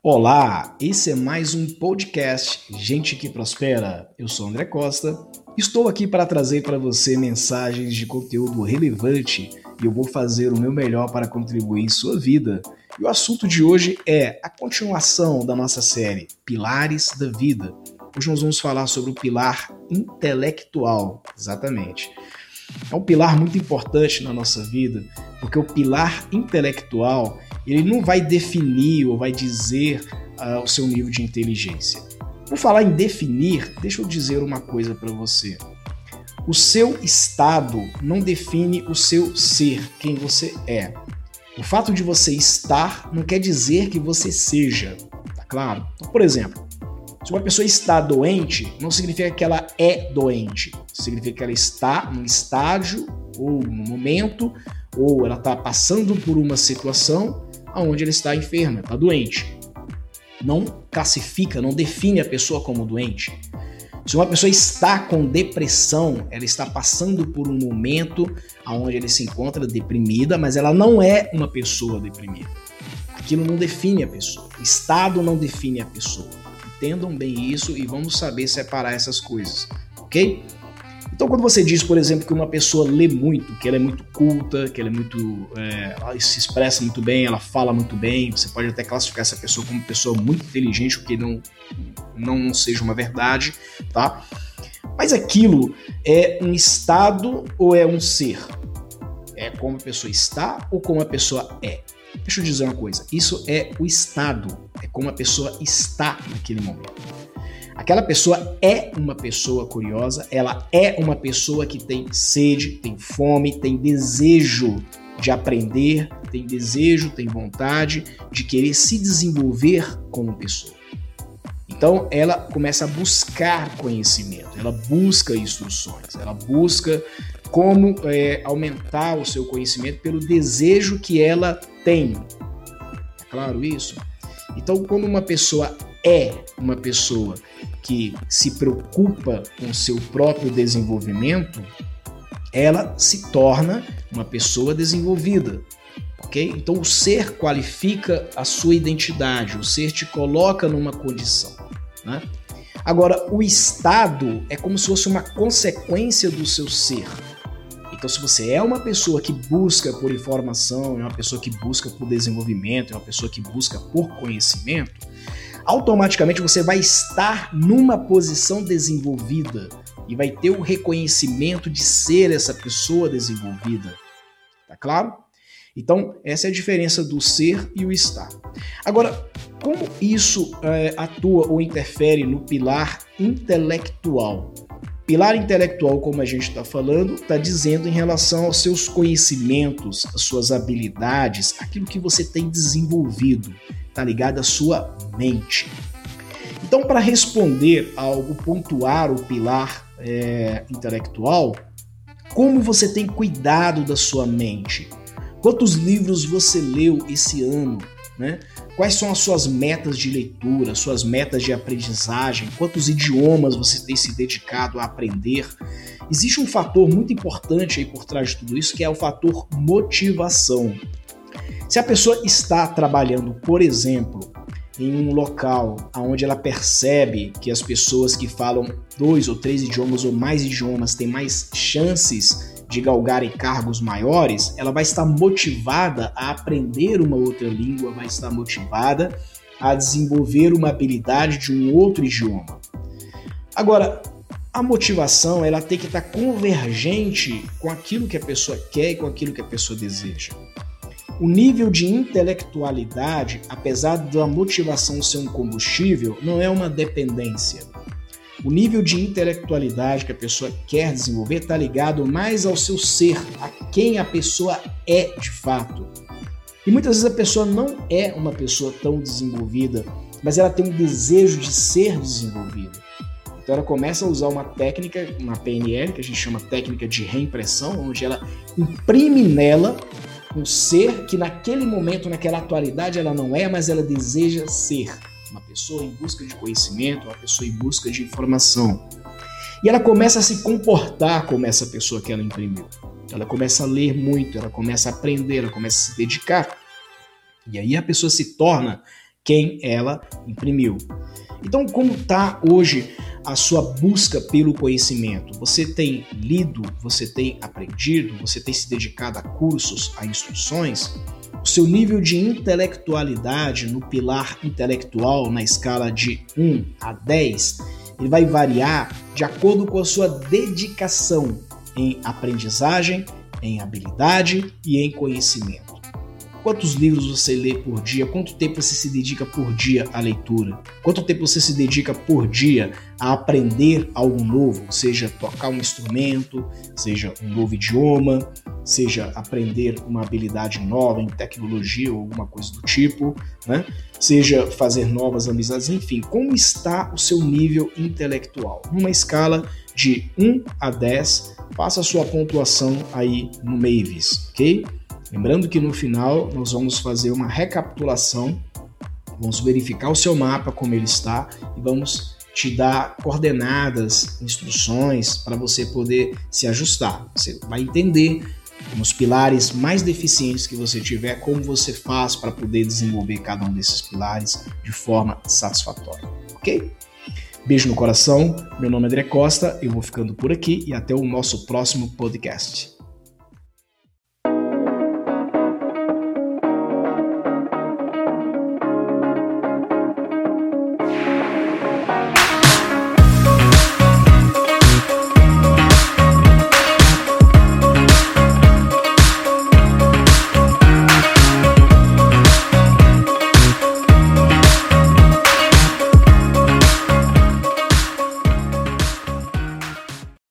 Olá, esse é mais um podcast Gente que Prospera. Eu sou André Costa, estou aqui para trazer para você mensagens de conteúdo relevante e eu vou fazer o meu melhor para contribuir em sua vida. E o assunto de hoje é a continuação da nossa série Pilares da Vida. Hoje nós vamos falar sobre o pilar intelectual, exatamente. É um pilar muito importante na nossa vida, porque o pilar intelectual ele não vai definir ou vai dizer o seu nível de inteligência. Por falar em definir, deixa eu dizer uma coisa para você. O seu estado não define o seu ser, quem você é. O fato de você estar não quer dizer que você seja, tá claro? Então, por exemplo, se uma pessoa está doente, não significa que ela é doente. Significa que ela está num estágio, ou num momento, ou ela está passando por uma situação onde ela está enferma, está doente. Não classifica, não define a pessoa como doente. Se uma pessoa está com depressão, ela está passando por um momento onde ela se encontra deprimida, mas ela não é uma pessoa deprimida. Aquilo não define a pessoa. O estado não define a pessoa. Entendam bem isso e vamos saber separar essas coisas, ok? Então, quando você diz, por exemplo, que uma pessoa lê muito, que ela é muito culta, que ela é muito, ela se expressa muito bem, ela fala muito bem, você pode até classificar essa pessoa como uma pessoa muito inteligente, o que não seja uma verdade, tá? Mas aquilo é um estado ou é um ser? É como a pessoa está ou como a pessoa é? Deixa eu dizer uma coisa, isso é o estado, é como a pessoa está naquele momento. Aquela pessoa é uma pessoa curiosa, ela é uma pessoa que tem sede, tem fome, tem desejo de aprender, tem desejo, tem vontade de querer se desenvolver como pessoa. Então ela começa a buscar conhecimento, ela busca instruções, ela busca como aumentar o seu conhecimento pelo desejo que ela tem. É claro isso? Então, quando uma pessoa é uma pessoa que se preocupa com o seu próprio desenvolvimento, ela se torna uma pessoa desenvolvida, ok? Então, o ser qualifica a sua identidade, o ser te coloca numa condição, né? Agora, o estado é como se fosse uma consequência do seu ser. Então, se você é uma pessoa que busca por informação, é uma pessoa que busca por desenvolvimento, é uma pessoa que busca por conhecimento, automaticamente você vai estar numa posição desenvolvida e vai ter o reconhecimento de ser essa pessoa desenvolvida. Tá claro? Então, essa é a diferença do ser e o estar. Agora, como isso atua ou interfere no pilar intelectual? Pilar intelectual, como a gente está falando, está dizendo em relação aos seus conhecimentos, às suas habilidades, aquilo que você tem desenvolvido, está ligado à sua mente. Então, para responder algo, pontuar o pilar intelectual, como você tem cuidado da sua mente? Quantos livros você leu esse ano, né? Quais são as suas metas de leitura, suas metas de aprendizagem? Quantos idiomas você tem se dedicado a aprender? Existe um fator muito importante aí por trás de tudo isso, que é o fator motivação. Se a pessoa está trabalhando, por exemplo, em um local onde ela percebe que as pessoas que falam 2 ou 3 idiomas ou mais idiomas têm mais chances de galgarem cargos maiores, ela vai estar motivada a aprender uma outra língua, vai estar motivada a desenvolver uma habilidade de um outro idioma. Agora, a motivação ela tem que estar convergente com aquilo que a pessoa quer e com aquilo que a pessoa deseja. O nível de intelectualidade, apesar da motivação ser um combustível, não é uma dependência. O nível de intelectualidade que a pessoa quer desenvolver está ligado mais ao seu ser, a quem a pessoa é de fato. E muitas vezes a pessoa não é uma pessoa tão desenvolvida, mas ela tem um desejo de ser desenvolvida. Então ela começa a usar uma técnica, uma PNL, que a gente chama técnica de reimpressão, onde ela imprime nela um ser que naquele momento, naquela atualidade ela não é, mas ela deseja ser. Uma pessoa em busca de conhecimento, uma pessoa em busca de informação. E ela começa a se comportar como essa pessoa que ela imprimiu. Ela começa a ler muito, ela começa a aprender, ela começa a se dedicar. E aí a pessoa se torna quem ela imprimiu. Então, como está hoje a sua busca pelo conhecimento? Você tem lido, você tem aprendido, você tem se dedicado a cursos, a instruções? O seu nível de intelectualidade no pilar intelectual, na escala de 1 a 10, ele vai variar de acordo com a sua dedicação em aprendizagem, em habilidade e em conhecimento. Quantos livros você lê por dia? Quanto tempo você se dedica por dia à leitura? Quanto tempo você se dedica por dia a aprender algo novo? Seja tocar um instrumento, seja um novo idioma, seja aprender uma habilidade nova em tecnologia ou alguma coisa do tipo, né? Seja fazer novas amizades, enfim. Como está o seu nível intelectual? Numa escala de 1 a 10, faça a sua pontuação aí no Mavis, ok? Lembrando que no final nós vamos fazer uma recapitulação, vamos verificar o seu mapa, como ele está, e vamos te dar coordenadas, instruções para você poder se ajustar. Você vai entender nos pilares mais deficientes que você tiver, como você faz para poder desenvolver cada um desses pilares de forma satisfatória, ok? Beijo no coração, meu nome é André Costa, eu vou ficando por aqui e até o nosso próximo podcast.